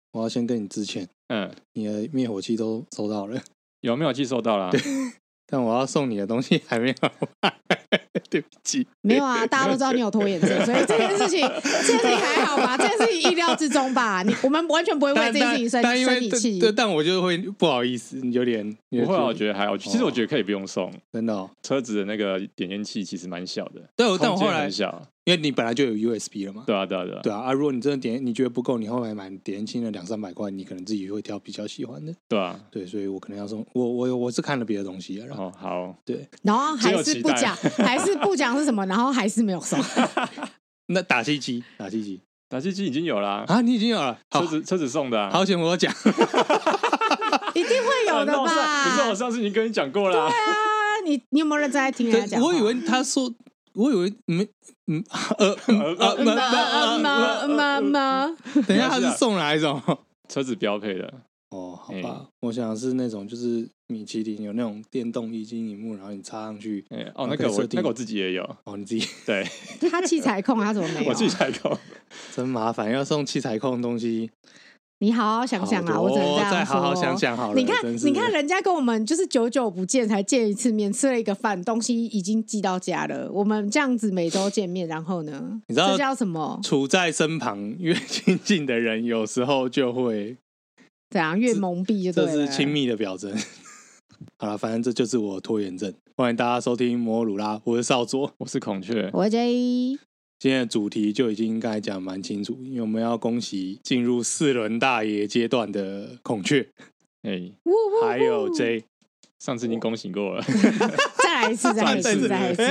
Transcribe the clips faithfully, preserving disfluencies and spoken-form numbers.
我要先跟你致歉， 嗯， 你的灭火器都收到了， 有灭火器收到了、啊？ 对，但我要送你的东西还没有买，对不起。 没有啊，大家都知道你有拖延症，所以这件事情，这件事情还好吧？这件事情意料之中吧？你我们完全不会为这件事情生但因为生你气。 对，但我就会不好意思，有点不会，我觉得还好。其实我觉得可以不用送， 真的、哦。 车子的那个点烟器其实蛮小的， 对，但我后来很小， 因为你本来就有 U S B 了嘛。 对啊，对啊，对啊。 对啊，啊，如果你真的点你觉得不够，你后来买点烟器的两三百块，你可能自己会挑比较喜欢的。 对啊， 对，所以我可能要送我我我是看了别的东西了。 哦，好， 对， 然后还是不讲，还是不讲是什么，然后还是没有送。 那打气机，打气机， 打气机已经有啦、 啊，啊，你已经有了， 车子车子送的、啊， 好险我讲， 一定会有的吧？ 可是我上次已经跟你讲过了、啊。 对啊，你你有没有认真在听人家讲？ 我以为他说，我以为没，嗯呃呃呃妈妈妈， 等一下他是送哪一种？ 车子标配的。 哦，好吧，我想是那种就是米其林有那种电动液晶萤幕，然后你插上去。 欸、哦，那个我那个我自己也有。 哦，你自己对。 他器材控，他怎么没有？ 我器材控， 真麻烦，要送器材控的东西。 你好好想想啊，我只能这样说。 再好好想想好了。 你看，你看人家跟我们就是久久不见才见一次面，吃了一个饭，东西已经寄到家了。我们这样子每周见面，然后呢？ 你知道这叫什么？ 处在身旁越亲近的人，有时候就会怎样越蒙蔽就对了。 这是亲密的表征。好了，反正这就是我拖延症。欢迎大家收听摩鲁拉，我是少佐， 我是孔雀， 我是 J。 今天的主题就已经刚才讲蛮清楚，因为我们要恭喜进入四轮大爷阶段的孔雀， 哎、欸， 还有 J， 上次已经恭喜过了， 再来一次，再来一次，再来一次。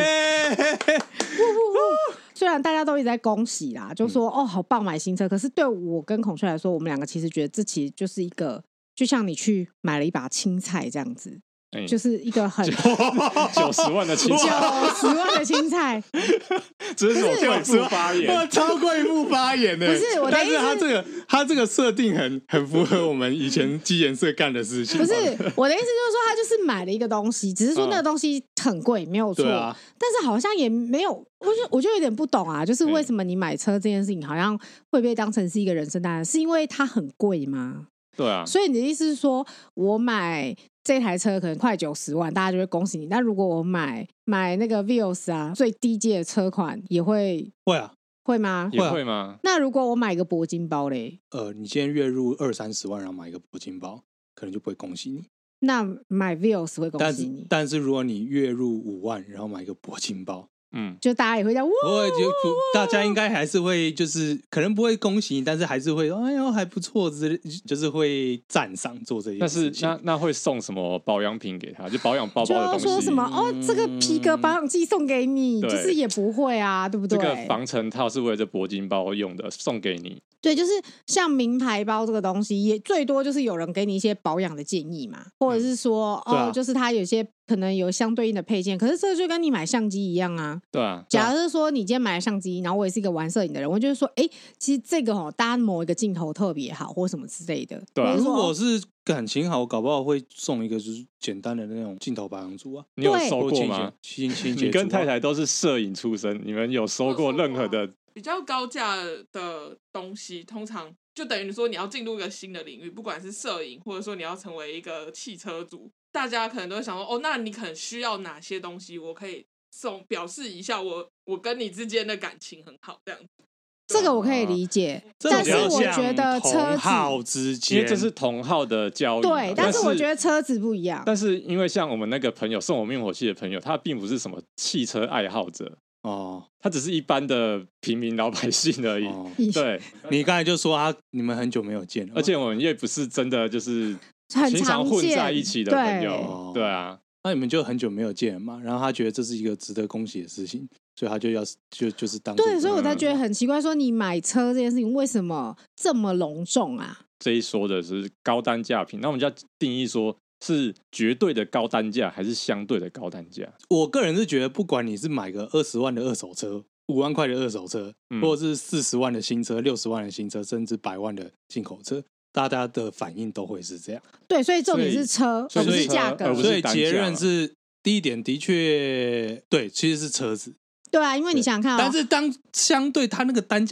虽然大家都一直在恭喜啦，就说、嗯、哦好棒买新车，可是对我跟孔雀来说，我们两个其实觉得这其实就是一个，就像你去买了一把青菜这样子。欸、就是一个很九十万的青菜， 九十万的青菜， 这是我贵妇发言， 超贵妇发言的。 不是我的意思， 但是他这个他这个设定很很符合我们以前基研社干的事情。 不是我的意思，就是说他就是买了一个东西，只是说那个东西很贵，没有错、嗯啊，但是好像也没有，我就我就有点不懂啊，就是为什么你买车这件事情好像会被当成是一个人生大事，是因为它很贵吗？ 对啊， 所以你的意思是说，我买这台车可能快九十万，大家就会恭喜你。那如果我买买那个 Vios 啊，最低阶的车款也会会啊， 会吗？ 也会吗？ 那如果我买一个铂金包嘞？ 呃，你今天月入二三十万，然后买一个铂金包，可能就不会恭喜你。 那买 Vios 会恭喜你， 但是但是如果你月入五万，然后买一个铂金包。 嗯， 就大家也会讲， 不会，就大家应该还是会，就是可能不会恭喜你，但是还是会，哎呦还不错之类，就是会赞赏做这件事情。 但是那那会送什么保养品给他？就保养包包的东西， 就说什么哦，这个皮革保养剂送给你，就是也不会啊，对不对？ 这个防尘套是为了这铂金包用的，送给你。 对，就是像名牌包这个东西，也最多就是有人给你一些保养的建议嘛，或者是说、嗯、哦、啊，就是它有些可能有相对应的配件，可是这就跟你买相机一样啊。 对啊。 假如说你今天买了相机，然后我也是一个玩摄影的人，我就说，哎，其实这个哦，搭某一个镜头特别好，或什么之类的。 对啊。如果是感情好，搞不好会送一个就是简单的那种镜头保养组啊。 你有收过吗？ 清清洁、啊。 你跟太太都是摄影出身，你们有收过任何的？ 比较高价的东西，通常就等于说你要进入一个新的领域，不管是摄影，或者说你要成为一个汽车主，大家可能都会想说，哦，那你可能需要哪些东西，我可以送，表示一下我我跟你之间的感情很好，这样子。 这个我可以理解，但是我觉得车子， 因为这是同号的交易， 对，但是我觉得车子不一样。 但是因为像我们那个朋友送我灭火器的朋友，他并不是什么汽车爱好者。哦，他只是一般的平民老百姓而已。哦、对， 你刚才就说他你们很久没有见了， 而且我们也不是真的就是经常混在一起的朋友。对, 对啊， 那你们就很久没有见了嘛？然后他觉得这是一个值得恭喜的事情，所以他就要就就是当对，所以我才觉得很奇怪，说你买车这件事情为什么这么隆重啊？ 这一说的是高单价品，那我们就要定义说。是绝对的高单价还是相对的高单价？ 我个人是觉得，不管你是买个二十万的二手车、五万块的二手车，嗯、或者是四十万的新车、六十万的新车，甚至百万的进口车，大家的反应都会是这样。 对，所以重点是车，而不是价格。 所以结论是，第一点的确对，其实是车子。 对啊，因为你想想看、哦， 但是当相对它那个单价也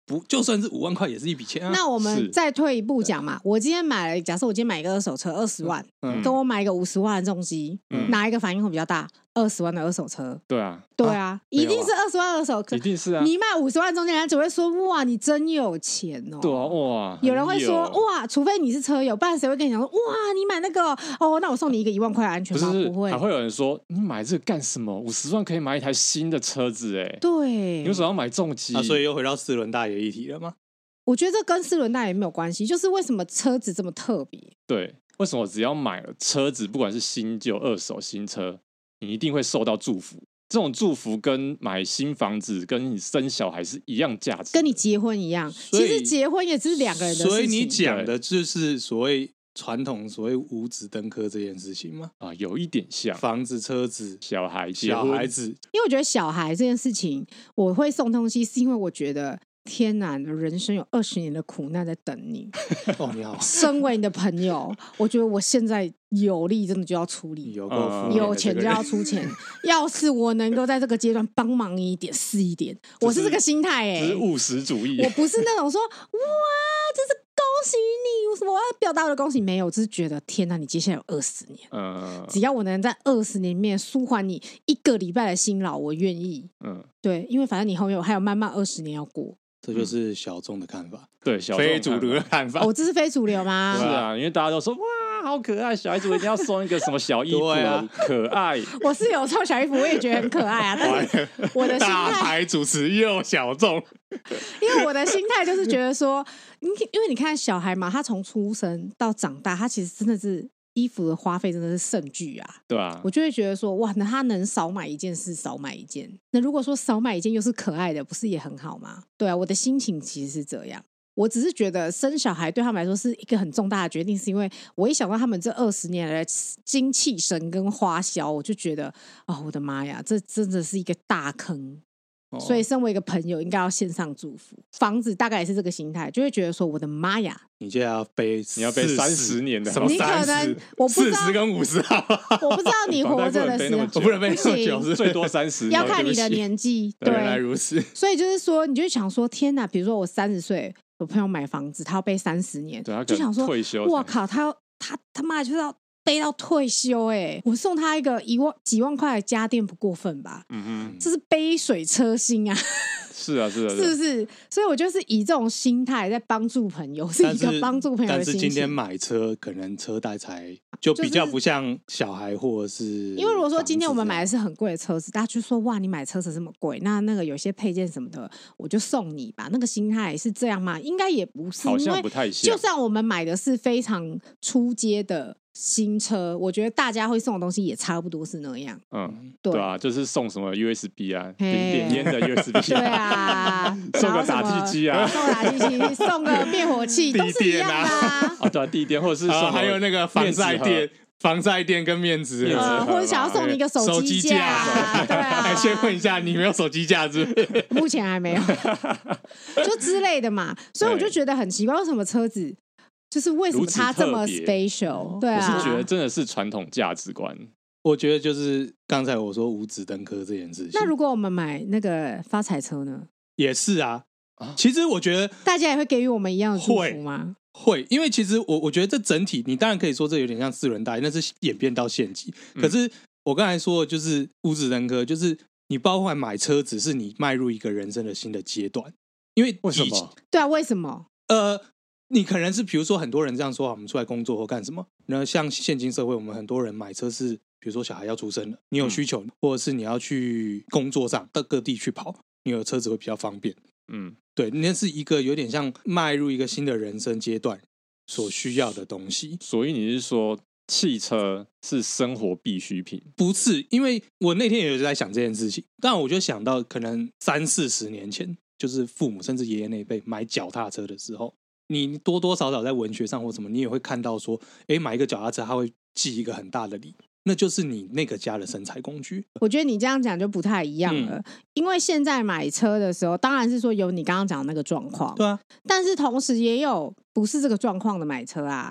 不就算是五万块也是一笔钱啊。 那我们再退一步讲嘛，我今天买了，假设我今天买一个二手车二十万，嗯、跟我买一个五十万的重机，嗯、哪一个反应会比较大？二十万的二手车， 对啊， 对啊，啊一定是二十万二手车， 一定是啊。 你卖五十万中间人只会说哇，你真有钱哦。 对啊，哇， 有人会说哇，除非你是车友，不然谁会跟你讲说哇，你买那个哦，那我送你一个一万块的安全帽，不会。 还会有人说你买这个干什么？五十万可以买一台新的车子哎。 对， 你为什么要买重机？ 啊，所以又回到四轮大爷议题了吗？ 我觉得这跟四轮大爷没有关系，就是为什么车子这么特别？ 对，为什么只要买了车子，不管是新旧、二手、新车，你一定会受到祝福？这种祝福跟买新房子、跟你生小孩是一样价值， 跟你结婚一样。其实结婚也只是两个人的事情。 所以你讲的就是所谓传统所谓五子登科这件事情吗？ 啊，有一点像房子、车子、 小孩、 小孩子。 因为我觉得小孩这件事情，我会送东西，是因为我觉得。天哪，人生有二十年的苦难在等你。 哦，你好。 身为你的朋友，我觉得我现在有力，真的就要出力， 有够有钱就要出钱。要是我能够在这个阶段帮忙一点是一点，我是这个心态哎、欸， 是务实主义。 我不是那种说哇，这是恭喜你，我什么我要表达我的恭喜没有，我只是觉得天哪，你接下来有二十年，嗯，只要我能在二十年里面舒缓你一个礼拜的辛劳，我愿意。嗯，对，因为反正你后面还有慢慢二十年要过。 这就是小众的看法， 嗯、对，小众非主流的看法。 哦，这是非主流吗？ 是啊，因为大家都说哇，好可爱，小孩子我一定要送一个什么小衣服，啊、可爱。 我是有送小衣服，我也觉得很可爱啊。但是我的心态， 大牌主持又小众， 因为我的心态就是觉得说，因为你看小孩嘛，他从出生到长大，他其实真的是。衣服的花费真的是甚巨啊， 对啊， 我就会觉得说，哇，那他能少买一件是少买一件，那如果说少买一件又是可爱的，不是也很好吗？对啊，我的心情其实是这样。我只是觉得生小孩对他们来说是一个很重大的决定，是因为我一想到他们这二十年来的精气神跟花销，我就觉得，哦，我的妈呀，这真的是一个大坑。所以身为一个朋友应该要献上祝福。房子大概也是这个心态，就会觉得说我的妈呀， 你就要背你要背三十年的， 什么你可能我不知道四十跟五十号， 我不知道你活着的时候， 我不能背那么久， 最多三十， 要看你的年纪。 对，原来如此。 所以就是说，你就想说，天哪！比如说我三十岁，我朋友买房子，他要背三十年，就想说，哇靠，他要他他妈就是要。背到退休哎、欸，我送他一个一万几万块的家电不过分吧？嗯哼，这是杯水车薪啊！ 是啊，是啊， 是不是？所以我就是以这种心态在帮助朋友，是一个帮助朋友的心情。 但是今天买车，可能车贷才就比较不像小孩或者是， 因为如果说今天我们买的是很贵的车子，大家就说哇，你买车子这么贵，那那个有些配件什么的，我就送你吧。那个心态是这样吗？应该也不是， 好像不太像。 就算我们买的是非常初阶的。新车，我觉得大家会送的东西也差不多是那样。 嗯，对, 对啊，就是送什么 U S B 啊，点烟的 U S B， 对啊， 送个打地机啊， 送打地机，送个灭火器，都是一样的啊。 啊，对啊，地垫或者是送、 啊、还有那个防晒垫。防晒垫跟面纸， 呃，或者想要送你一个手机架、啊，对啊。 先问一下，你没有手机架是不是？ 目前还没有，就之类的嘛。所以我就觉得很奇怪，为什么车子？就是为什么它这么 special？ 对啊， 我是觉得真的是传统价值观。 我觉得就是刚才我说五子登科这件事情。 那如果我们买那个发财车呢？ 也是啊。其实我觉得大家也会给予我们一样的祝福吗？ 会，因为其实我我觉得这整体，你当然可以说这有点像四轮大爷，那是演变到现级。嗯、可是我刚才说的就是五子登科，就是你包括买车子，是你迈入一个人生的新的阶段。因为为什么？ 对啊，为什么？ 呃。你可能是比如说很多人这样说，我们出来工作或干什么？那像现今社会，我们很多人买车是，比如说小孩要出生了，你有需求，嗯、或者是你要去工作上到各地去跑，你有车子会比较方便。嗯，对，那是一个有点像迈入一个新的人生阶段所需要的东西。 所以你是说汽车是生活必需品？ 不是，因为我那天也有在想这件事情，但我就想到可能三四十年前，就是父母甚至爷爷那一辈买脚踏车的时候。你多多少少在文学上或什么，你也会看到说，哎，买一个脚踏车，他会寄一个很大的礼，那就是你那个家的生财工具。 我觉得你这样讲就不太一样了，嗯、因为现在买车的时候，当然是说有你刚刚讲的那个状况， 对啊， 但是同时也有不是这个状况的买车啊。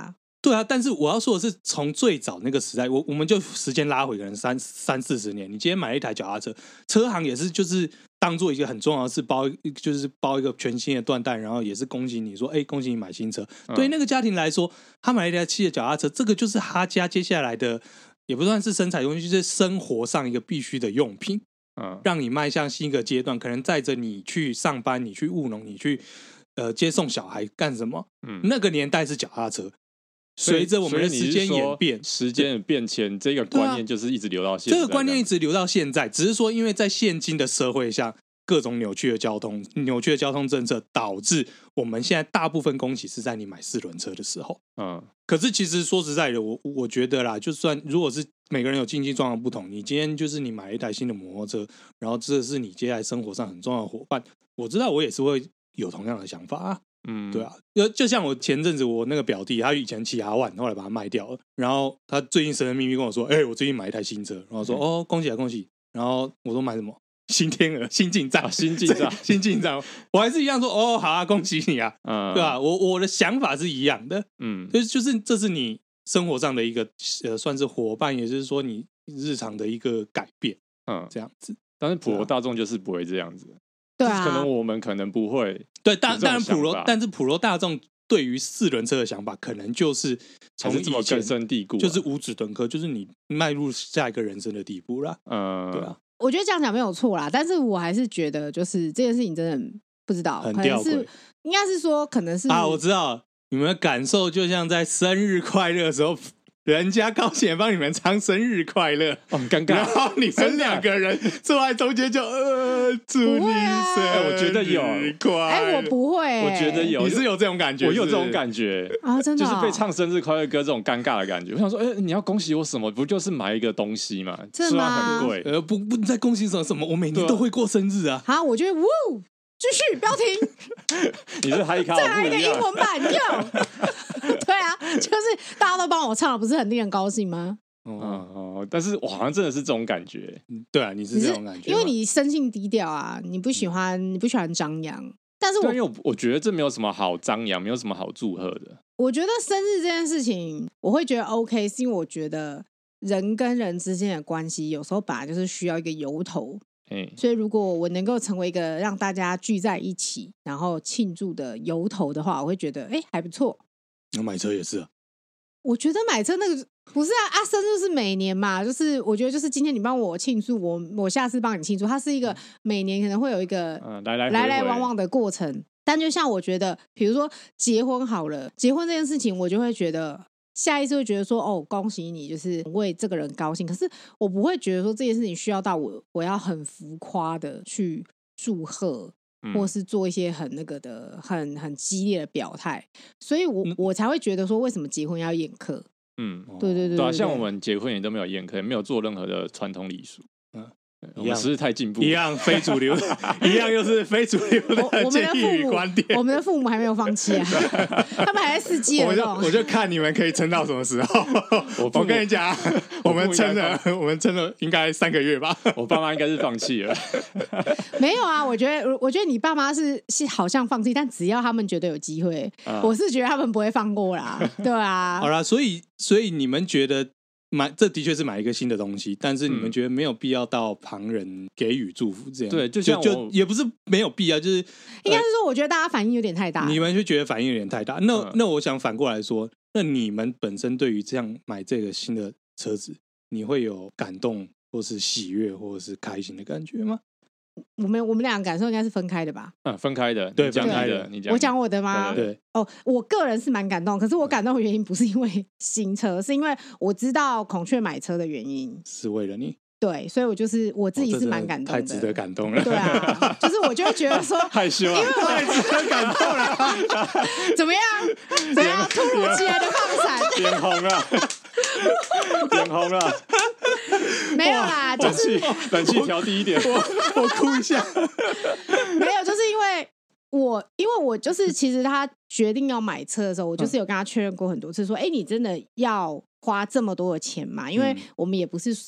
对啊，但是我要说的是，从最早那个时代，我我们就时间拉回可能三三四十年，你今天买了一台脚踏车，车行也是就是当做一个很重要的事，包就是包一个全新的缎带，然后也是恭喜你说，哎，恭喜你买新车。嗯、对于那个家庭来说，他买了一台汽的脚踏车，这个就是他家接下来的，也不算是生产用具，就是生活上一个必须的用品。嗯，让你迈向新一个阶段，可能载着你去上班，你去务农，你去呃接送小孩干什么？嗯，那个年代是脚踏车。随着我们的时间演变， 时间的变迁，这个观念就是一直流到现在。 这个观念一直流到现在，只是说，因为在现今的社会下，各种扭曲的交通、扭曲的交通政策，导致我们现在大部分供给是在你买四轮车的时候。嗯，可是其实说实在的，我我觉得啦，就算如果是每个人有经济状况不同，你今天就是你买了一台新的摩托车，然后这是你接下来生活上很重要的伙伴，我知道我也是会有同样的想法啊。嗯，对啊，就就像我前阵子我那个表弟，他以前骑阿万，后来把它卖掉了，然后他最近神神秘秘跟我说，哎、欸，我最近买一台新车，然后说、嗯、哦，恭喜啊恭喜，然后我说买什么？新天鹅、新进站、 啊、新进站、 新进站，我还是一样说哦，好啊，恭喜你啊，嗯、对吧、啊？我我的想法是一样的，嗯，就是就是这是你生活上的一个呃，算是伙伴，也就是说你日常的一个改变，嗯，这样子。 但是普罗大众就是不会这样子。 对啊， 可能我们可能不会， 对，当当然普罗，但是普罗大众对于四轮车的想法，可能就是从这么根深蒂固、啊， 就是无止顿刻，就是你迈入下一个人生的地步啦。嗯，对啊， 我觉得这样讲没有错啦，但是我还是觉得，就是这件事情真的不知道， 很吊诡， 应该是说，可能是啊，我知道你们的感受，就像在生日快乐的时候。人家高兴帮你们唱生日快乐， 哦，很尴尬。 然后你们两个人坐在中间就呃，祝你生日我觉得有快乐。 哎、欸，我不会、欸， 我觉得有， 你是有这种感觉， 我有这种感觉啊，真的、哦， 就是被唱生日快乐歌这种尴尬的感觉。我想说，哎、欸，你要恭喜我什么？不就是买一个东西嘛？虽然很贵， 呃，不不，你在恭喜什么什么？我每年都会过生日啊。 好，我觉得，呜。继续，不要停。 你是嗨咖， 再来一个英文版，又对啊，就是大家都帮我唱了，不是很令人高兴吗？ 哦哦，但是我好像真的是这种感觉。 对啊，你是这种感觉， 因为你生性低调啊，你不喜欢，你不喜欢张扬。但是我， 因为我我觉得这没有什么好张扬，没有什么好祝贺的。 我觉得生日这件事情，我会觉得 OK， 是因为我觉得人跟人之间的关系，有时候本来就是需要一个由头。所以如果我能够成为一个让大家聚在一起然后庆祝的由头的话，我会觉得哎还不错。 那买车也是啊， 我觉得买车那个不是啊啊，生日是每年嘛，就是我觉得就是今天你帮我庆祝，我我下次帮你庆祝，它是一个每年可能会有一个、 嗯、来来来来往往的过程。但就像我觉得比如说结婚好了，结婚这件事情我就会觉得下意识会觉得说哦恭喜你，就是为这个人高兴，可是我不会觉得说这件事情需要到我我要很浮夸的去祝贺、嗯、或是做一些很那个的很很激烈的表态，所以我、嗯、我才会觉得说为什么结婚要宴客。 嗯， 对对 对, 对, 对, 对、 啊、像我们结婚也都没有宴客，也没有做任何的传统礼俗。我们是不是太进步？ 一样非主流的，一样又是非主流的建议与观点。 我们的父母还没有放弃啊，他们还在伺机而动。 我就看你们可以撑到什么时候。我, 我跟你讲，我们撑了，我们撑了应该三个月吧。 我爸妈应该是放弃了。 没有啊，我觉得，我觉得你爸妈是是好像放弃，但只要他们觉得有机会、嗯，我是觉得他们不会放过啦。对啊。 好啦，所以所以你们觉得？买这的确是买一个新的东西，但是你们觉得没有必要到旁人给予祝福这样？ 对，就像我就也不是没有必要，就是应该是说，我觉得大家反应有点太大。 你们就觉得反应有点太大，那、嗯、那我想反过来说，那你们本身对于这样买这个新的车子，你会有感动，或是喜悦，或者是开心的感觉吗？ 我们我们俩感受应该是分开的吧？ 嗯，分开的， 对， 分开的。 你讲， 我讲我的吗？ 对, 对, 对。 哦，我个人是蛮感动，可是我感动的原因不是因为新车，是因为我知道孔雀买车的原因， 是为了你。 对，所以我就是我自己是蛮感动的、 哦、太值得感动了。 对啊，就是我就会觉得说害羞啊， 因为我太值得感动了。 怎么样？怎样？突如其来的放闪， 脸红了，脸红了。 没有啦，就是冷气调低一点， 我我哭一下。 没有，就是因为我因为我就是其实他决定要买车的时候，我就是有跟他确认过很多次，说，哎、欸，你真的要花这么多的钱吗？因为我们也不是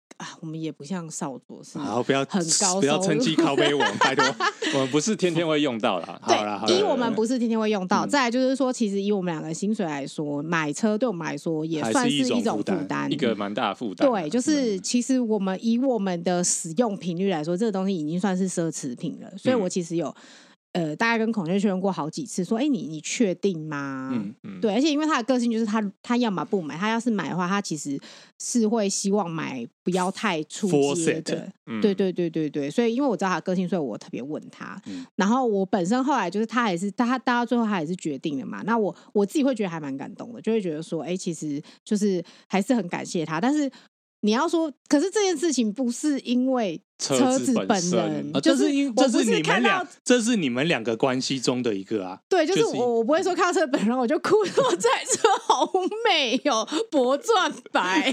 啊，我们也不像少佐是， 好，不要很高， 不要趁机靠背我，拜托， 我们不是天天会用到啦。 对， 好啦好一我们不是天天会用到， 嗯、 再来就是说，其实以我们两个薪水来说，买车对我们来说也算是一种负担， 一个蛮大的负担。 对，就是其实我们以我们的使用频率来说，这个东西已经算是奢侈品了，所以我其实有。呃，大概跟孔雀确认过好几次，说，哎，你你确定吗？嗯嗯，对，而且因为他的个性就是他他要么不买，他要是买的话，他其实是会希望買不要太出街的。嗯、对对对对对，所以因为我知道他的个性，所以我特别问他。嗯、然后我本身后来就是他还是他到最后他还是决定了嘛，那我我自己会觉得还蛮感动的，就会觉得说，哎，其实就是还是很感谢他，但是。你要说，可是这件事情不是因为车子本人， 啊、 就是因这是你们俩，这是你们两个关系中的一个啊。 对，就是我，就是、我不会说看到车本人我就哭，说这台车好美哦，铂钻白。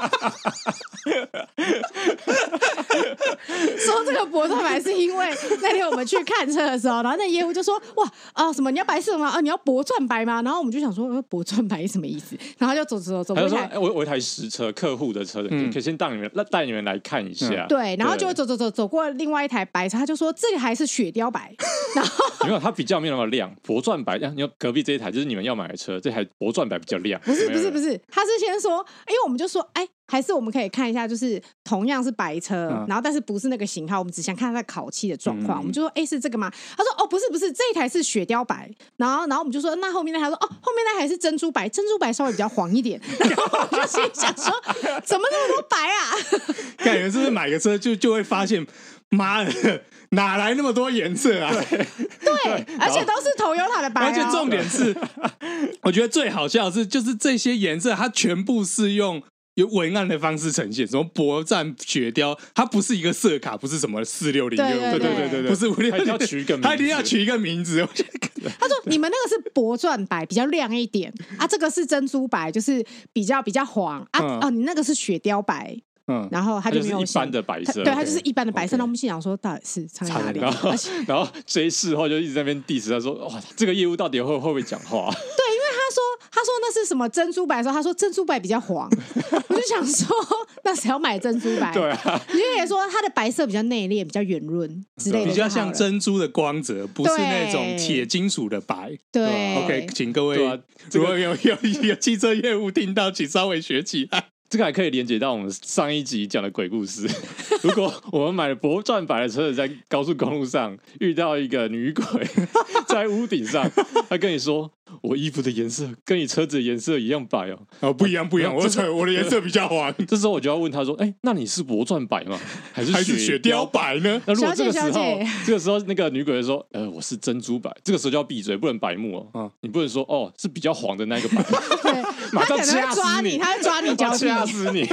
说这个铂钻白是因为那天我们去看车的时候，然后那业务就说：“哇啊，什么你要白色吗？啊，你要铂钻白吗？”然后我们就想说：“铂钻白是什么意思？”然后就走走走， 他就说：“哎，我我一台实车，客户的车。”嗯、可以先带你们带你们来看一下， 嗯、对，然后就走走走走过另外一台白车，他就说这个还是雪貂白，然后没有，它比较没有那么亮，铂钻白。你看隔壁这一台就是你们要买的车，这台铂钻白比较亮。 不是不是不是，他是先说，因为我们就说，哎，还是我们可以看一下，就是同样是白车，嗯、然后但是不是那个型号，我们只想看它的烤漆的状况。嗯、我们就说，哎，是这个吗？他说，哦，不是不是，这一台是雪貂白。然后然后我们就说，那后面那台说，哦，后面那台是珍珠白，珍珠白稍微比较黄一点。然后我就心想说，怎么那么多白啊？ 感觉是不是买个车就就会发现，妈的，哪来那么多颜色啊？ 对，对而且都是Toyota的白、哦。 而且重点是，我觉得最好笑的是，就是这些颜色它全部是用有文案的方式呈现，什么铂钻雪貂，它不是一个色卡，不是什么四六零六， 对对对对对，不是五六零， 它一定要取一个名字， 它一定要取一个名字。 他说：“你们那个是铂钻白，比较亮一点啊，这个是珍珠白，就是比较比较黄啊、嗯、哦，你那个是雪貂白。”嗯，然后他就没有一般的白色， 对，他就是一般的白色。那、okay. 我们心想说，到底是差在哪里？ 然后，然后这事后就一直在那边 diss 他说：“哇，这个业务到底会会不会讲话？” 对，因为他说他说那是什么珍珠白的时候，他说珍珠白比较黄，我就想说，那谁要买珍珠白？ 对啊， 因为也说它的白色比较内敛，比较圆润之类的， 比较像珍珠的光泽，不是那种铁金属的白。 对, 对 ，OK， 请各位、啊这个、如果有有有汽车业务听到，请稍微学起来。 这个还可以连接到我们上一集讲的鬼故事。如果我们买了铂钻白的车子，在高速公路上遇到一个女鬼在屋顶上，她跟你说：“我衣服的颜色跟你车子的颜色一样白哦。” 哦，不一样，不一样，我我的颜色比较黄。 这时候我就要问他说：“哎、欸，那你是铂钻白吗？还是还是雪貂白呢？” 那如果这个时候，这个时候那个女鬼就说：“呃，我是珍珠白。”这个时候就要闭嘴，不能白目哦。嗯，你不能说哦是比较黄的那个白， 对， 马上掐死你，他会抓你脚皮。 吓死你！ 你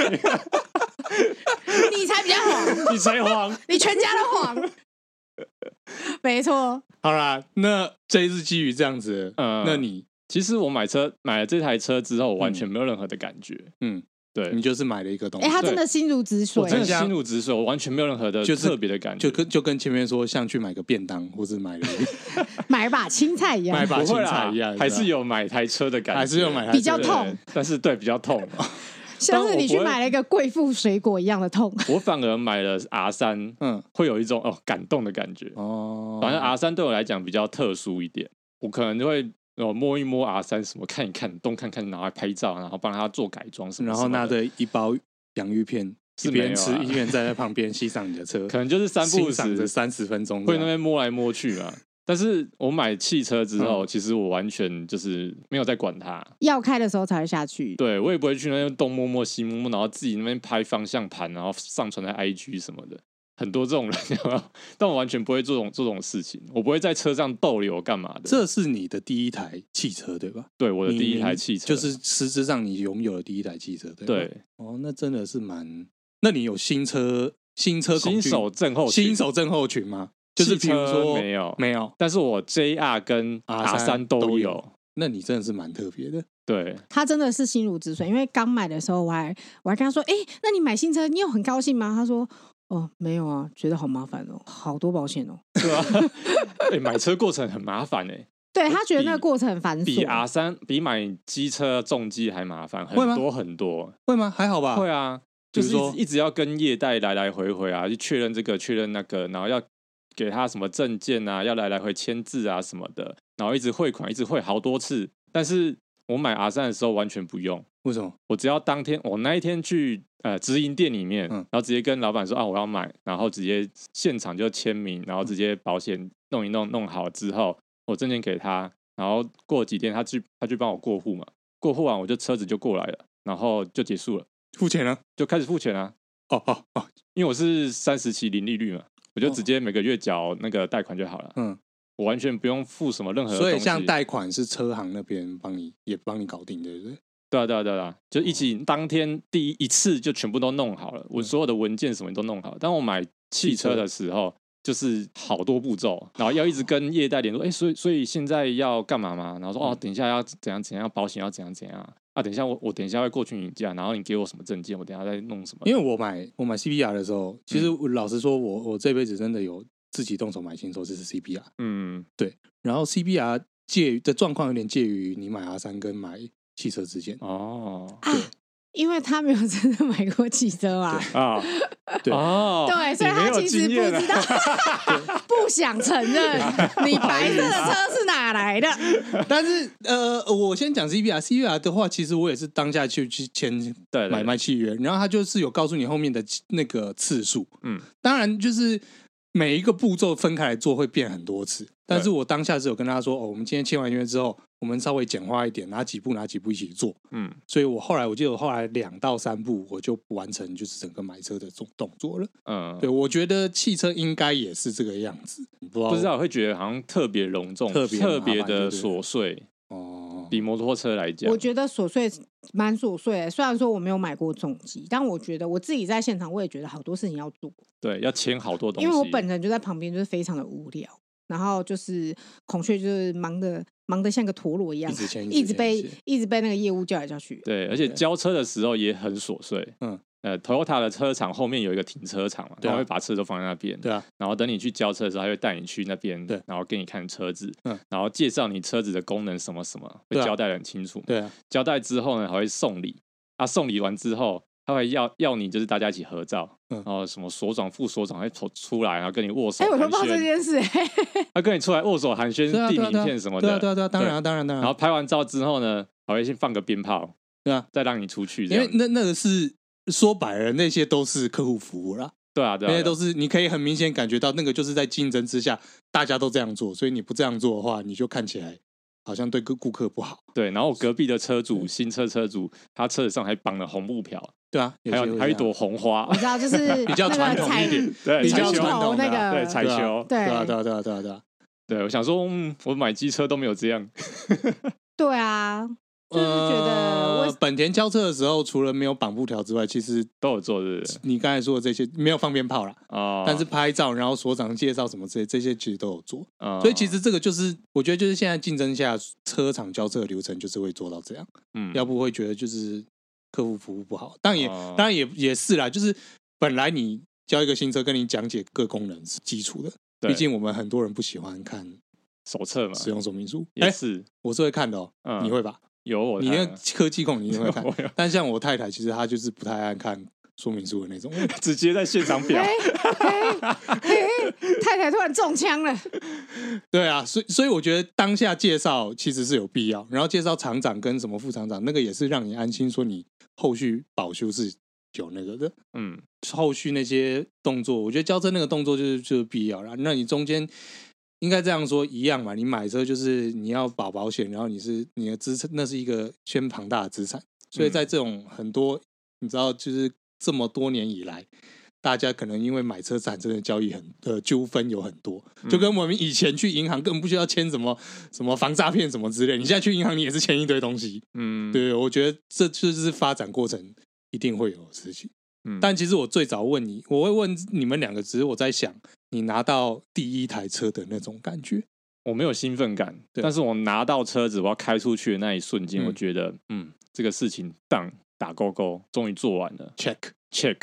才比较黄， 你才黄， 你全家都黄。没错。 好啦，那这一次基于这样子，嗯，那你其实我买车买了这台车之后，我完全没有任何的感觉。嗯，对， 你就是买了一个东西。 哎、欸，他真的心如止水， 我真的心如止水，我完全没有任何的特别的感觉， 就跟就跟前面说像去买个便当，或是买了买把青菜一样， 买把青菜一样， 还是有买台车的感觉， 还是有买台车比较痛， 但是对比较痛。 像是你去买了一个贵妇水果一样的痛。 我反而买了 R 三，嗯，会有一种哦感动的感觉哦。反正 R 三对我来讲比较特殊一点，我可能就会哦摸一摸 R 三什么，看一看，东看看，拿来拍照，然后帮他做改装什么， 然后拿着一包洋芋片，一边吃一边在那旁边欣赏你的车， 可能就是三不五时三十分钟， 会那边摸来摸去啊。但是我买汽车之后、嗯，其实我完全就是没有在管它， 要开的时候才会下去。 对，我也不会去那边东摸摸西摸摸，然后自己那边拍方向盘，然后上传在 I G 什么的。很多这种人，但我完全不会做这种这种事情。我不会在车上逗留干嘛的。 这是你的第一台汽车对吧？ 对，我的第一台汽车， 就是实质上你拥有的第一台汽车对吧？ 对。 哦，那真的是蛮……那你有新车新车新手症候群新手症候群吗？就是比如说没有没有， 但是我 J R 跟 R 三 都, 都有， 那你真的是蛮特别的。 对， 他真的是心如止水，因为刚买的时候我还我还跟他说：“哎、欸，那你买新车，你有很高兴吗？”他说：“哦，没有啊，觉得好麻烦哦，好多保险哦。” 对啊，哎、欸，买车过程很麻烦哎、欸。 对他觉得那个过程很繁琐， 比 R 三 比买机车重机还麻烦很多很多。 会吗？还好吧。 会啊。 就是一直一直要跟业代来来回回啊，去确认这个确认那个，然后要给他什么证件啊，要来来回签字啊什么的，然后一直汇款，一直汇好多次。但是我买 R 三 的时候完全不用， 为什么？ 我只要当天我那一天去呃直营店里面，嗯、然后直接跟老板说啊我要买，然后直接现场就签名，然后直接保险弄一弄弄好之后，我证件给他，然后过几天他去他去帮我过户嘛，过户完我就车子就过来了，然后就结束了。 付钱了， 就开始付钱啊！ 哦哦哦， 因为我是三十期零利率嘛，我就直接每个月缴那个贷款就好了。嗯，我完全不用付什么任何的东西。 所以像贷款是车行那边帮你也帮你搞定，对不对？ 对啊对啊对啊，就一起当天第一一次就全部都弄好了，我所有的文件什么都弄好了。当我买汽车的时候，就是好多步骤，然后要一直跟业代联络，哎，所以所以现在要干嘛嘛？然后说哦，等一下要怎样怎样，保险要怎样怎样。啊，等一下我我等一下会过去你家，然后你给我什么证件，我等一下再弄什么。 因为我买我买 C B R 的时候，其实老实说我，我我这辈子真的有自己动手买新车，这是 C B R。嗯，对。然后 C B R 介于的状况有点介于你买 R 三 跟买汽车之间。哦，对。啊， 因为他没有真的买过汽车啊， 啊，对，哦， 对，所以他其实不知道，不想承认你白色的车是哪来的。 但是呃，我先讲 C B R，C B R 的话，其实我也是当下去去签买卖契约，然后他就是有告诉你后面的那个次数，嗯，当然就是每一个步骤分开来做会变很多次，但是我当下是有跟他说，哦，我们今天签完约之后，我们稍微简化一点，哪几步哪几步一起做，嗯，所以我后来我记得我后来两到三步我就完成就是整个买车的这种动作了，嗯，对，我觉得汽车应该也是这个样子，不知道， 不知道会觉得好像特别隆重，特别特别的琐碎哦，比摩托车来讲， 我觉得琐碎蛮琐碎的。虽然说我没有买过重机，但我觉得我自己在现场，我也觉得好多事情要做， 对，要签好多东西， 因为我本人就在旁边，就是非常的无聊。然后就是孔雀，就是忙的忙得像个陀螺一样， 一 直, 一, 直一直被一直被那个业务叫来叫去。 对，而且交车的时候也很琐碎。嗯，呃 ，Toyota 的车厂后面有一个停车场嘛，他会把车都放在那边。 对啊， 然后等你去交车的时候，他会带你去那边，对，然后给你看车子，嗯，然后介绍你车子的功能什么什么，会交代得很清楚。 对啊， 交代之后呢，还会送礼。啊，送礼完之后，他会要要你就是大家一起合照。嗯、然后什么所长、副所长会出来，然后跟你握手。 哎、欸，我都不知道这件事、欸。 他跟你出来握手寒暄、递名片什么的。 对啊，对啊，对啊，当然、啊，当然，当然。 然后拍完照之后呢，还会先放个鞭炮， 对啊， 再让你出去。 因为那那个是说白了，那些都是客户服务啦。 对啊，对啊， 那些都是你可以很明显感觉到，那个就是在竞争之下，大家都这样做，所以你不这样做的话，你就看起来好像对顾客不好。 对，然后隔壁的车主，新车车主，他车子上还绑了红布条。 对啊， 还有还有一朵红花， 我知道，就是比较传统一点， 对， 比较传统那个， 对，彩球， 对啊，对啊，对啊，对啊，对啊， 对，我想说，嗯，我买机车都没有这样， 对啊，就是觉得呃，本田交车的时候，除了没有绑布条之外，其实都有做，是你刚才说的这些没有放鞭炮啦，哦，但是拍照，然后所长介绍什么这些，这些其实都有做，哦，所以其实这个就是我觉得就是现在竞争下车厂交车的流程就是会做到这样，嗯，要不会觉得就是客户服务不好，当然也、哦、当然也也是啦，就是本来你交一个新车，跟你讲解各功能是基础的，毕竟我们很多人不喜欢看手册嘛， 使用说明书也是、欸， 我是会看的哦，嗯、你会吧？ 有我， 你那个科技控你一定会看，但像我太太，其实她就是不太爱看说明书的那种， 直接在现场表。 太太突然中枪了。 对啊，所以所以我觉得当下介绍其实是有必要，然后介绍厂长跟什么副厂长，那个也是让你安心，说你后续保修是有那个的。嗯，后续那些动作，我觉得交车那个动作就是就是必要啦。那你中间应该这样说一样嘛？你买车就是你要保保险，然后你是你的资产，那是一个偏庞大的资产，所以在这种很多你知道，就是这么多年以来，大家可能因为买车产生的交易很呃纠纷有很多，就跟我们以前去银行根本不需要签什么什么防诈骗什么之类，你现在去银行你也是签一堆东西，嗯，对，我觉得这就是发展过程一定会有的事情。嗯，但其实我最早问你，我会问你们两个，只是我在想，你拿到第一台车的那种感觉。 我没有兴奋感，但是我拿到车子，我要开出去的那一瞬间，嗯、我觉得，嗯，这个事情当打勾勾，终于做完了 ，check check。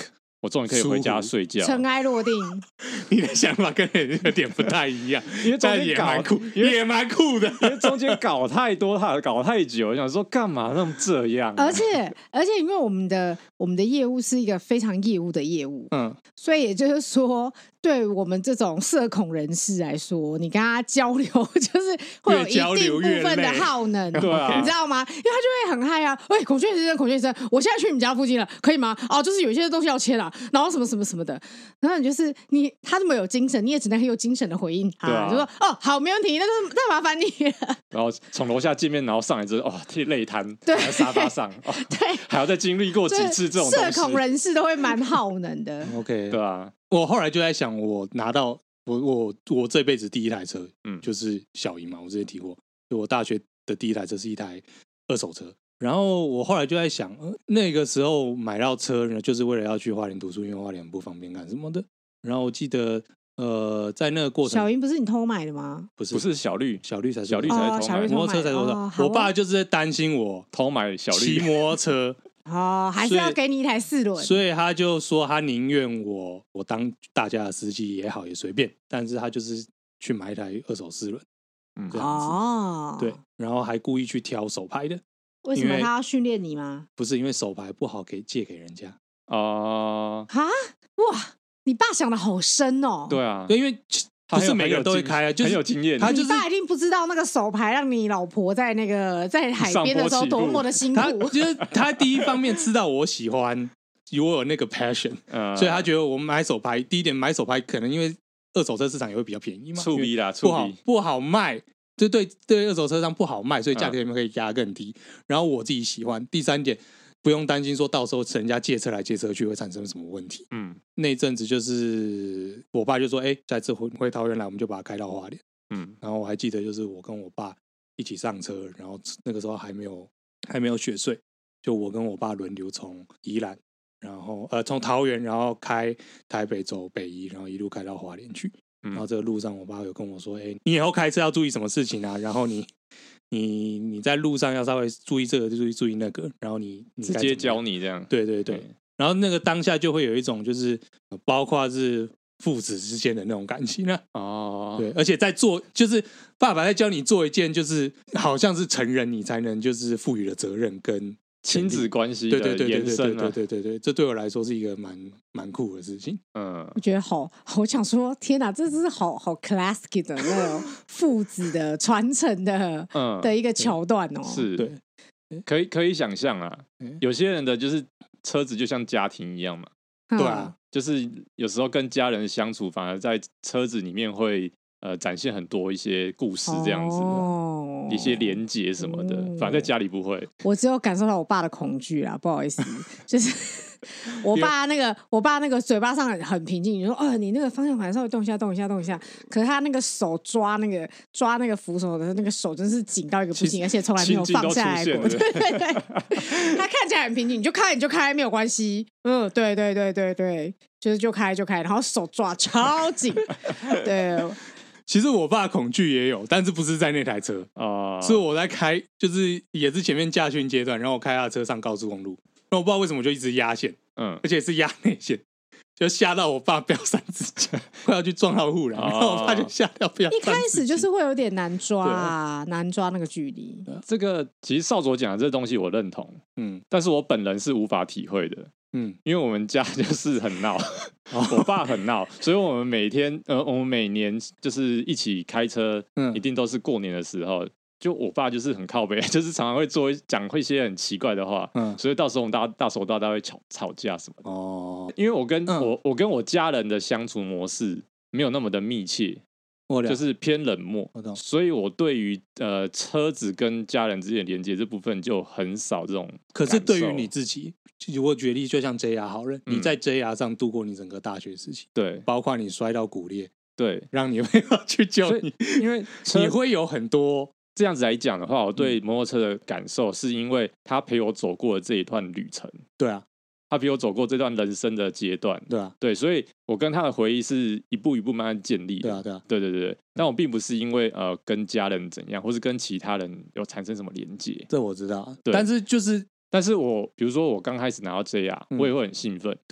我终于可以回家睡觉， 尘埃落定。 你的想法跟人有点不太一样， 因为中间也蛮酷， 因为也蛮酷的， 因为中间搞太多，他搞太久，我想说干嘛那么这样、啊？ 而且而且，因为我们的我们的业务是一个非常业务的业务， 嗯， 所以也就是说，对我们这种社恐人士来说，你跟他交流就是会有一定部分的耗能， 对啊， 你知道吗？因为他就会很嗨啊，喂，孔雀先生，孔雀先生，我现在去你们家附近了，可以吗？哦，就是有一些东西要签啊，然后什么什么什么的，然后你就是你他这么有精神，你也只能很有精神的回应他，啊、就说哦，好，没问题，那就那麻烦你了。 然后从楼下见面，然后上来之后，哦，贴累瘫， 对， 在沙发上，哦、 对， 还要再经历过几次这种社恐人士都会蛮耗能的。 OK， 对啊， 我后来就在想，我拿到我我我这辈子第一台车， 嗯， 就是小姨嘛，我之前提过，就我大学的第一台车是一台二手车。然后我后来就在想，呃、那个时候买到车呢，就是为了要去花莲读书，因为花莲不方便干什么的。然后我记得，呃，在那个过程， 小云不是你偷买的吗？ 不是， 不是小绿， 小绿才是小绿才是偷买， 哦、 摩托车才是偷买。 哦、 我爸就是在担心我偷买小绿骑摩托车。 哦，还是要给你一台四轮， 所以他就说他宁愿我我当大家的司机也好，也随便，但是他就是去买一台二手四轮，嗯，这样子，哦，对，然后还故意去挑手牌的。 为什么他要训练你吗？ 不是因为手牌不好给借给人家哦， 啊，哇，你爸想的好深哦。 对啊， 对，因为不是每个人都会开啊，就是很有经验。 他就是你爸一定不知道那个手牌让你老婆在那个在海边的时候多么的辛苦。 他就是他第一方面知道我喜欢，我有那个 passion，嗯，所以他觉得我买手牌，第一点买手牌可能因为二手车市场也会比较便宜嘛， 触逼啦， 不好不好卖。就对对，二手车商不好卖，所以价格可以压更低。嗯、然后我自己喜欢。第三点，不用担心说到时候人家借车来借车去会产生什么问题。嗯，那一阵子就是我爸就说：“哎、欸，下次回回桃园来，我们就把它开到花莲。”嗯，然后我还记得就是我跟我爸一起上车，然后那个时候还没有还没有雪隧，就我跟我爸轮流从宜兰，然后呃从桃园，然后开台北走北宜，然后一路开到花莲去。然后这个路上，我爸有跟我说：“哎、欸，你以后开车要注意什么事情啊？然后你、你、你在路上要稍微注意这个，注意注意那个。然后你, 你直接教你这样。” 对对对。嗯、然后那个当下就会有一种就是，包括是父子之间的那种感情啊。哦。对，而且在做，就是爸爸在教你做一件，就是好像是成人你才能就是赋予的责任跟。 亲子关系的延伸啊， 对对对对，这对我来说是一个蛮蛮酷的事情。 嗯，我觉得好，我想说，天哪，这是好好 classic 的那种父子的传承的、嗯、的一个桥段哦。 是，对，可以可以想象啊，有些人的就是车子就像家庭一样嘛， 嗯、 对啊， 就是有时候跟家人相处，反而在车子里面会呃展现很多一些故事这样子。哦，一些连结什么的，嗯、反正在家里不会。 我只有感受到我爸的恐惧啦，不好意思，就是我爸那个，我爸那个嘴巴上很平静，你说哦，你那个方向盘稍微动一下，动一下，动一下。可是他那个手抓那个抓那个扶手的那个手，真是紧到一个不行，而且从来没有放下来过。对对对，他看起来很平静，你就开你就开，没有关系。嗯，对对对对对，就是就开就开，然后手抓超紧，对。 其实我爸恐惧也有，但是不是在那台车啊， uh... 是我在开，就是也是前面驾训阶段，然后我开他的车上高速公路，那我不知道为什么就一直压线，嗯，而且是压内线，就吓到我爸飙三指甲，快要去撞到护栏， uh... 然后我爸就吓掉飙。 一开始就是会有点难抓、啊，难抓那个距离。 这个其实少佐讲的这东西我认同，嗯，但是我本人是无法体会的。嗯，因为我们家就是很闹，我爸很闹，所以我们每天呃，我们每年就是一起开车，嗯，一定都是过年的时候，就我爸就是很靠北，就是常常会做讲一些很奇怪的话，嗯，所以到时候我们大大手大大会吵吵架什么的。哦，因为我跟、嗯、我我跟我家人的相处模式没有那么的密切。就是偏冷漠，所以我对于呃车子跟家人之间的连接这部分就很少这种。 可是对于你自己，我举例就像 J R 好了，嗯、你在 J R 上度过你整个大学时期， 对， 包括你摔到骨裂， 对， 让你朋友去救你， 因为你会有很多这样子来讲的话，我对摩托车的感受是因为他陪我走过了这一段旅程， 对啊。 他比我走过这段人生的阶段， 对啊， 对，所以我跟他的回忆是一步一步慢慢建立的， 对啊，对啊， 对对对对。但我并不是因为呃跟家人怎样，或是跟其他人有产生什么连结， 这我知道。但是就是， 但是我比如说我刚开始拿到 J R，、嗯、我也会很兴奋， 对啊，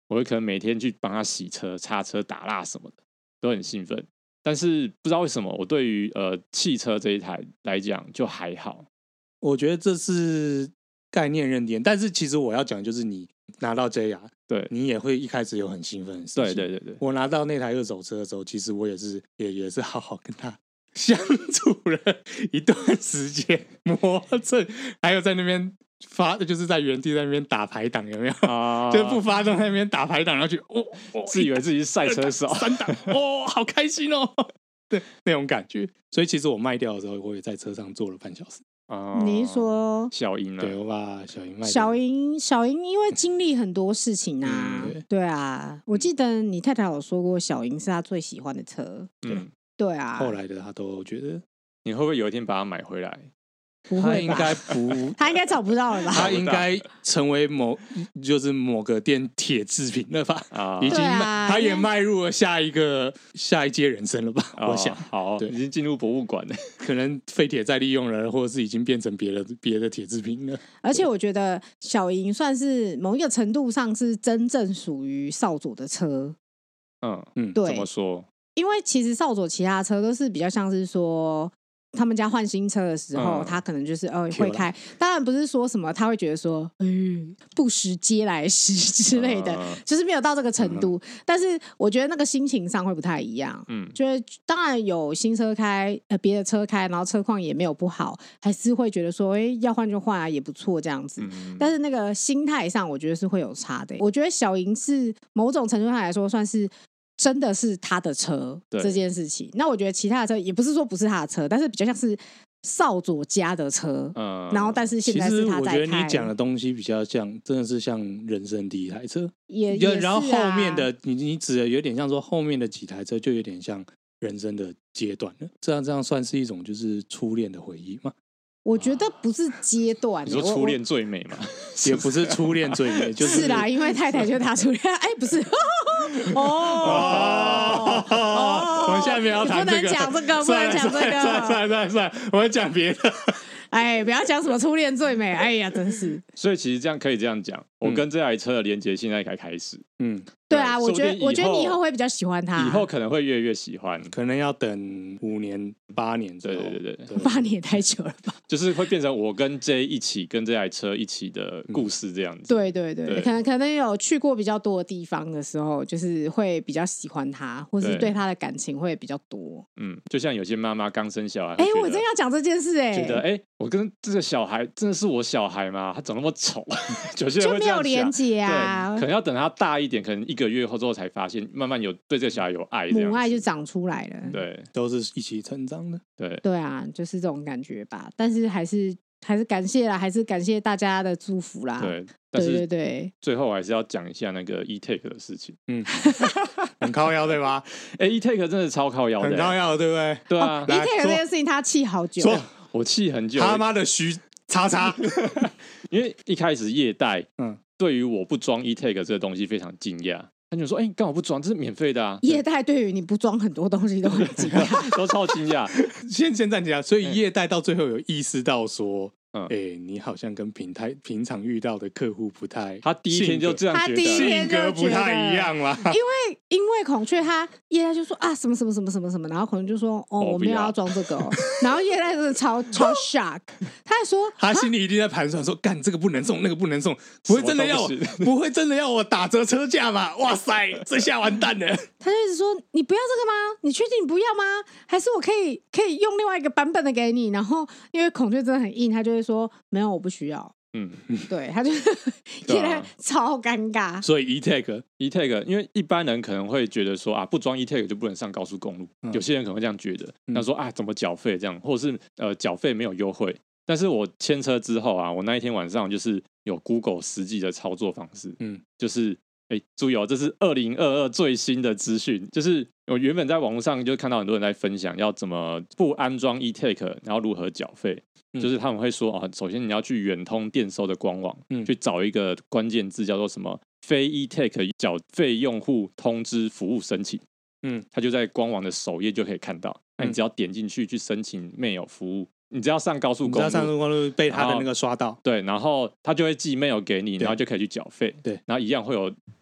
我会可能每天去帮他洗车、擦车、打蜡什么的，都很兴奋。但是不知道为什么，我对于呃汽车这一台来讲就还好。 我觉得这是概念认定，但是其实我要讲就是你拿到 J R， 对你也会一开始有很兴奋的事情。 对对对对， 我拿到那台二手车的时候，其实我也是也也是好好跟他相处了一段时间，磨蹭，还有在那边发，就是在原地在那边打排档，有没有？啊，就是不发动在那边打排档，然后去哦，哦自以为自己是赛车手， 三档哦，好开心哦，对那种感觉。所以其实我卖掉的时候，我也在车上坐了半小时。 哦， 你是说小英啊？ 对，我把小英卖掉。 小英，小英因为经历很多事情啊， 嗯、 对啊，我记得你太太有说过，小英是她最喜欢的车， 嗯， 对啊。 后来的她都觉得， 你会不会有一天把它买回来？ 不会吧， 他应该不， 他应该找不到了吧？ 他应该成为某就是某个店铁制品了吧？啊，已经、啊、他也迈入了下一个下一阶人生了吧？哦、我想， 好，对，已经进入博物馆了， 可能废铁再利用了，或者是已经变成别的别的铁制品了。 而且我觉得小银算是某一个程度上是真正属于少佐的车。 嗯嗯，对，怎么说？ 因为其实少佐其他车都是比较像是说。他们家换新车的时候，嗯、他可能就是呃会开，当然不是说什么他会觉得说，嗯，不识嗟来迟之类的，嗯、就是没有到这个程度。嗯、但是我觉得那个心情上会不太一样。嗯，就是当然有新车开，呃，别的车开，然后车况也没有不好，还是会觉得说，哎，要换就换啊，也不错这样子。嗯、但是那个心态上，我觉得是会有差的。我觉得小银是某种程度上来说算是。真的是他的车这件事情，那我觉得其他的车也不是说不是他的车，但是比较像是少佐家的车，嗯，然后但是现在是他在开。 其实我觉得你讲的东西比较像，真的是像人生第一台车， 也也、啊、 然后后面的你你指的有点像说后面的几台车就有点像人生的阶段了，这样这样算是一种就是初恋的回忆吗？ 我觉得不是阶段， 你说初恋最美嘛？ 也不是初恋最美，就是是啦，因为太太就是他初恋，哎，不是。哦哦哦！我们下面要谈这个， 不能讲这个，不能讲这个， 算了算了算了算了，我们讲别的。 哎，不要讲什么初恋最美，哎呀，真是。 所以其实这样可以这样讲，我跟这台车的连结现在才开始。嗯， 对啊，我觉得我觉得你以后会比较喜欢它， 以后可能会越来越喜欢， 可能要等五年八年之后。 对对对对， 八年也太久了吧？ 就是会变成我跟 J 一起跟这台车一起的故事这样子。 对对对，对可能可能有去过比较多的地方的时候，就是会比较喜欢它，或是对它的感情会比较多。 嗯，就像有些妈妈刚生小孩， 哎，我真要讲这件事，哎， 觉得哎，我跟这个小孩真的是我小孩吗？他长那么丑，有些人会这样想， 就没有连结啊。 可能要等他大一点，可能一个月后之后才发现，慢慢有对这个小孩有爱，母爱就长出来了。 对， 都是一起成长的。 对， 对啊，就是这种感觉吧。但是还是还是感谢啦，还是感谢大家的祝福啦。 对， 对对对。 最后还是要讲一下那个 E-Take 的事情。 嗯，很靠腰对吧？ 哎、欸、，E-Take 真的超靠腰的、欸， 很靠腰对不对？ 对啊、 哦、，E-Take 这件事情他气好久， 说我气很久， 他妈的虚叉叉。 因为一开始业代，嗯，对于我不装 E-Take 这个东西非常惊讶。他就说：“哎、欸，干嘛不装？这是免费的啊！” 业代对于你不装很多东西都很惊讶， 都超惊讶。 先先暂停啊！所以业代到最后有意识到说。嗯，哎、欸，你好像跟平台平常遇到的客户不太， 他第一天就这样觉得， 性格不太一样嘛。 因为因为孔雀他业代就说啊什么什么什么什么什么，然后孔雀就说哦我没有要装这个、哦，然后业代真的超超 shock， 他还说他心里一定在盘算说干这个不能送那个不能送，不会真的要我不会真的要我打折车价嘛？哇塞，这下完蛋了。 他就一直说你不要这个吗？你确定你不要吗？还是我可以可以用另外一个版本的给你？然后因为孔雀真的很硬，他就会说没有，我不需要。嗯，对，他就现在超尴尬。 所以 E-Take E-Take， 因为一般人可能会觉得说啊，不装 E-Take 就不能上高速公路。嗯、有些人可能会这样觉得，他、嗯、说啊，怎么缴费这样，或者是呃缴费没有优惠。但是我签车之后啊，我那一天晚上就是有 Google 实际的操作方式，嗯，就是。哎，注意哦，这是二零二二最新的资讯，就是我原本在网络上就看到很多人在分享要怎么不安装 E-Take， 然后如何缴费、嗯，就是他们会说啊，首先你要去远通电收的官网、嗯、去找一个关键字叫做什么非 E-Take 缴费用户通知服务申请，嗯，它就在官网的首页就可以看到，那你只要点进去去申请 mail 服务。你只要上高速公路， 你只要上高速公路被他的那个刷到， 对，然后他就会寄 mail 给你，然后就可以去缴费， 对， 然后一样会有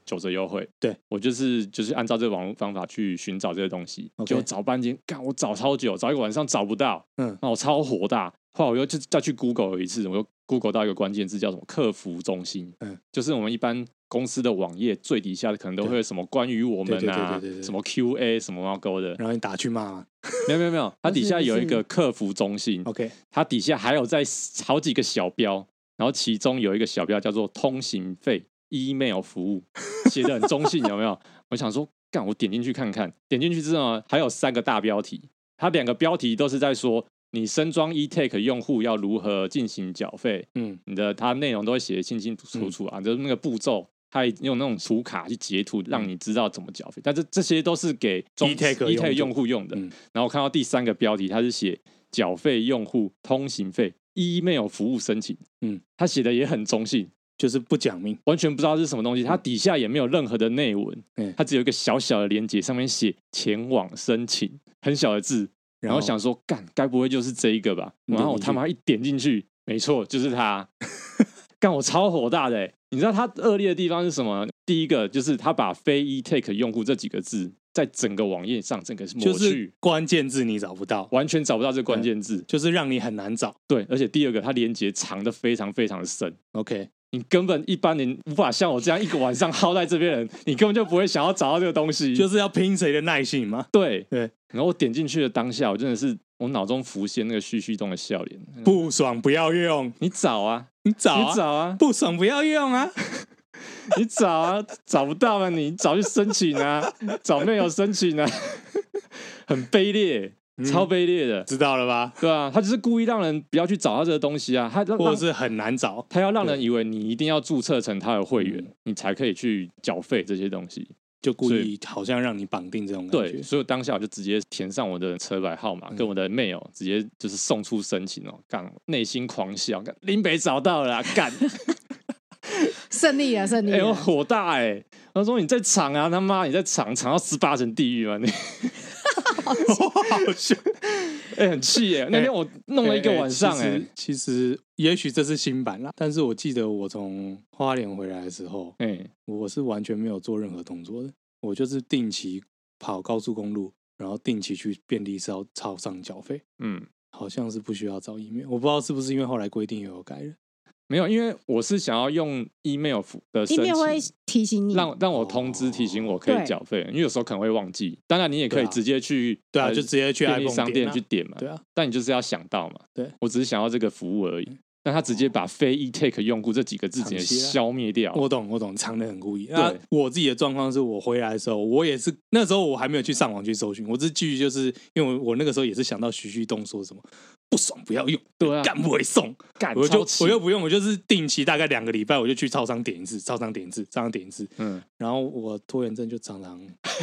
九折优惠。 对， 我就是就是按照这个网络方法去寻找这个东西， okay. 就找半天，干我找超久，找一个晚上找不到， 嗯， 那我超火大。后来我又就再去 Google 一次，我又 Google 到一个关键字叫什么客服中心，嗯，就是我们一般公司的网页最底下可能都会有什么关于我们啊，什么 Q A 什么猫狗的， 然后你打去骂吗？ 没有没有没有，它底下有一个客服中心 ，OK， 它底下还有在好几个小标，然后其中有一个小标叫做通行费 email 服务，写的很中性，有没有？我想说，干，我点进去看看，点进去之后还有三个大标题，它两个标题都是在说你升装 eTake 用户要如何进行缴费，嗯，你的它内容都会写得清清楚楚啊，嗯、就是那个步骤。他用那种图卡去截图，让你知道怎么缴费，但是这些都是给 eTake 用户用的。嗯、然后我看到第三个标题，它是写缴费用户通行费 email 服务申请，嗯，他写的也很中性， 就是不讲明， 完全不知道是什么东西。它底下也没有任何的内文，嗯、它只有一个小小的连结，上面写前往申请，很小的字。然后想说，干，该不会就是这一个吧？然后我他妈一点进去，没错，就是它。干，我超火大的、欸！你知道它恶劣的地方是什么？第一个就是它把非 eTake 用户这几个字在整个网页上整个是抹去， 就是关键字你找不到， 完全找不到这个关键字， 就是让你很难找。 对，而且第二个它连结长的非常非常的深。 OK， 你根本一般人无法像我这样一个晚上耗在这边人，你根本就不会想要找到这个东西， 就是要拼谁的耐性嘛。 对对， 然后我点进去的当下，我真的是我脑中浮现那个旭旭东的笑脸， 不爽不要用， 你找啊， 你找啊， 你找啊， 不爽不要用啊。 你找啊，找不到啊，你找去申请啊，找没有申请啊，很卑劣，嗯、超卑劣的， 知道了吧？ 对啊，他就是故意让人不要去找他这个东西啊，他或者是很难找， 他要让人以为你一定要注册成他的会员，你才可以去缴费这些东西， 就故意好像让你绑定这种感觉。 对，所以当下我就直接填上我的车牌号码跟我的 mail，、嗯、直接就是送出申请哦，干，内心狂笑，干，林北找到了啦，干。 胜利了，胜利了！ 哎、欸，我火大哎、欸！他说你在场啊，他妈你在场，场到十八层地狱吗？你好笑， 哎、欸，很气耶！那天我弄了一个晚上哎、欸欸， 其实也许这是新版啦，但是我记得我从花莲回来的时候，哎、欸，我是完全没有做任何动作的，我就是定期跑高速公路，然后定期去便利超超商缴费，嗯，好像是不需要找 email， 我不知道是不是因为后来规定也有改了。 没有，因为我是想要用 email 的申请 ，email 会提醒你， 让让我通知提醒我可以缴费，因为有时候可能会忘记。当然，你也可以直接去， 对啊，呃、就直接去便利商店去点嘛， 对啊。 但你就是要想到嘛， 对， 我只是想要这个服务而已。但他直接把非 eTake 用户这几个字直接消灭掉。 我懂，我懂，藏得很故意。那我自己的状况是我回来的时候，我也是那时候我还没有去上网去搜寻，我是继续就是因为我那个时候也是想到徐旭东说什么不爽不要用， 对啊， 干不会送， 干我就我又不用，我就是定期大概两个礼拜我就去超商点一次，超商点一次，超商点一次，嗯，然后我拖延症就常常。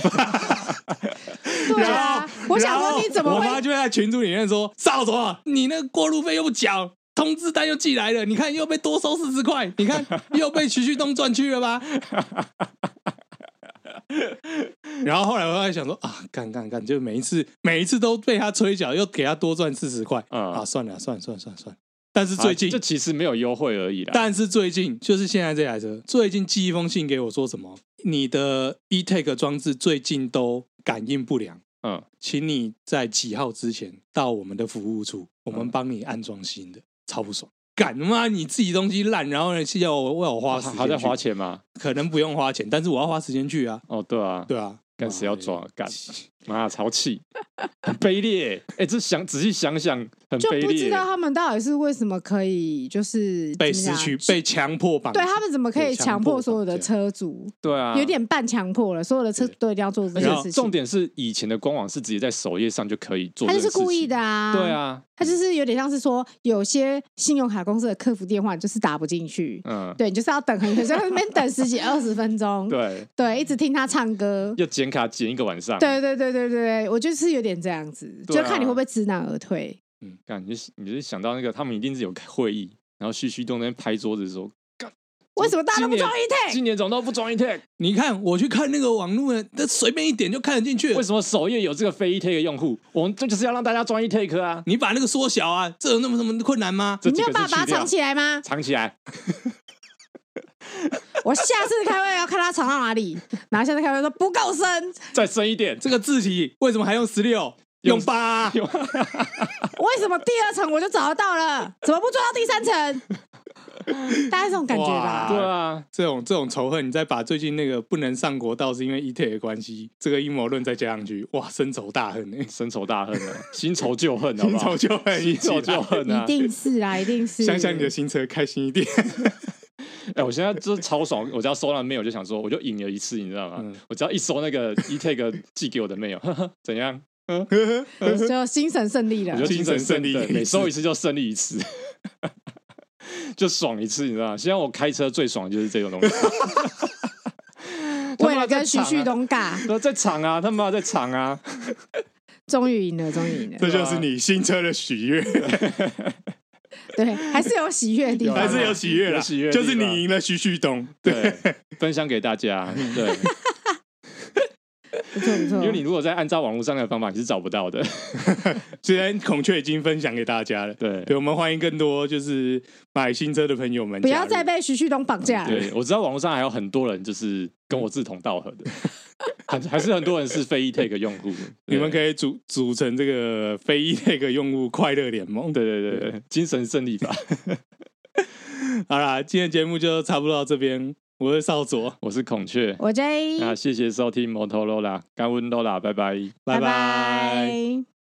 对啊，我想说你怎么会？ 我妈就在群组里面说：“少什么？你那个过路费又不缴。”通知单又寄来了，你看又被多收四十块，你看又被徐旭东赚去了吧？然后后来我在想说啊，干干干，就每一次每一次都被他催缴，又给他多赚四十块，嗯、啊，算了算了算了算了算了。但是最近、 啊、这其实没有优惠而已啦。 但是最近就是现在这台车，最近寄一封信给我说什么，你的 eTake 装置最近都感应不良，嗯，请你在几号之前到我们的服务处，我们帮你安装新的。超不爽，干妈你自己东西烂，然后呢，是要我为我花时间， 还在花钱吗？ 可能不用花钱，但是我要花时间去啊。 哦，对啊， 对啊， 干谁要装？干妈超气，很卑劣。哎、欸，这想仔细想想，很卑劣。 就不知道他们到底是为什么可以就是被失去、被强迫绑。 对他们怎么可以强迫所有的车主？ 对啊， 有点半强迫了，所有的车主都一定要做这件事情。 重点是以前的官网是直接在首页上就可以做， 他就是故意的啊。 对啊。 他就是有点像是说，有些信用卡公司的客服电话就是打不进去，嗯，对，你就是要等很久，在那边等十几二十分钟， 对对，一直听他唱歌， 要剪卡剪一个晚上， 对对对对对，我就是有点这样子，啊、就看你会不会知难而退。 嗯，干，你就你就想到那个，他们一定是有会议，然后旭旭东那边拍桌子说，干。 为什么大家都不装 eTake？ 今年总都不装 eTake？ 你看我去看那个网络的，那随便一点就看得进去。 为什么首页有这个非 eTake 的用户？我们这就是要让大家装 eTake 啊！ 你把那个缩小啊，这有那么那么困难吗？ 你没有办法把它藏起来吗？ 藏起来。 我下次开会要看他藏到哪里，然后下次开会说不够深， 再深一点。 这个字体为什么还用十六？用八、啊？ 为什么第二层我就找得到了？怎么不做到第三层？大概这种感觉吧。 对啊， 这种这种仇恨，你再把最近那个不能上国道是因为 E T A 的关系，这个阴谋论再加上去，哇，深仇大恨哎、欸， 深仇大恨啊，新仇旧恨好不好？ 新仇旧恨， 新仇旧恨啊！ 一定是啦，一定是。 想想你的新车，开心一点。 哎、欸，我现在就是超爽，我只要收到 mail 我就想说，我就赢了一次，你知道吗？嗯、我只要一收那个 E-Tag 寄给我的 mail， 怎样？ 就心神胜利了， 我就精神胜利，每收一次就胜利一次，就爽一次，你知道吗？现在我开车最爽的就是这种东西。 为了跟徐旭东尬， 都在场啊，他们在场啊， 终于赢了，终于赢了， 这就是你新车的喜悦。 对，还是有喜悦的地方， 还是有喜悦啦，喜悦就是你赢了徐旭东， 对，分享给大家，对。 不错不错， 因为你如果在按照网络上的方法，你是找不到的。 虽然孔雀已经分享给大家了， 对， 对，我们欢迎更多就是买新车的朋友们， 不要再被徐旭东绑架了。 对，我知道网络上还有很多人就是跟我志同道合的，还是很多人是非 E-Tag 用户。 你们可以组组成这个非 E-Tag 用户快乐联盟。 对对对对，精神胜利法。 好啦，今天的节目就差不多到这边。我是少佐， 我是孔雀， 我 J。 那谢谢收听摩托罗拉，感恩罗拉，拜拜， 拜拜。